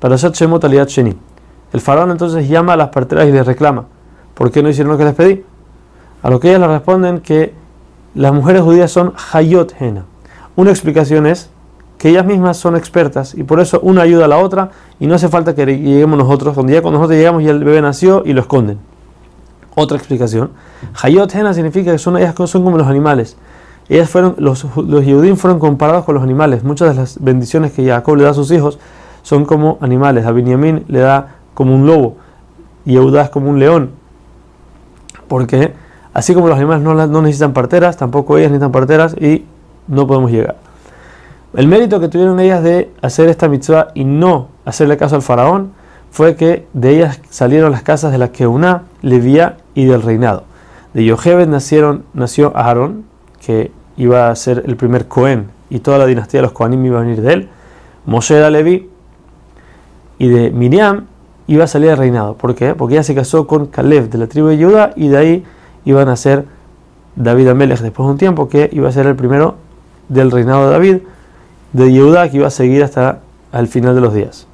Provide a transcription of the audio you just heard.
Parashat Shemot Aliyat Sheni. El faraón entonces llama a las parteras y les reclama: ¿por qué no hicieron lo que les pedí? A lo que ellas le responden que las mujeres judías son Hayot Hena. Una explicación es que ellas mismas son expertas y por eso una ayuda a la otra y no hace falta que lleguemos nosotros. Cuando nosotros llegamos ya el bebé nació y lo esconden. Otra explicación: Hayot Hena significa que ellas son como los animales. Ellas fueron, los Yehudim fueron comparados con los animales. Muchas de las bendiciones que Jacob le da a sus hijos son como animales. A Binyamin le da como un lobo y Yehuda es como un león. Porque así como los animales no necesitan parteras, tampoco ellas necesitan parteras y no podemos llegar. El mérito que tuvieron ellas de hacer esta mitzvah y no hacerle caso al faraón fue que de ellas salieron las casas de la Keuná, Levía y del reinado. De Yochebed nació Aarón, que iba a ser el primer Cohen y toda la dinastía de los Cohanim iba a venir de él. Moshe era Leví, y de Miriam iba a salir el reinado. ¿Por qué? Porque ella se casó con Caleb de la tribu de Judá y de ahí iban a ser David Amelech después de un tiempo, que iba a ser el primero del reinado de David, de Judá, que iba a seguir hasta el final de los días.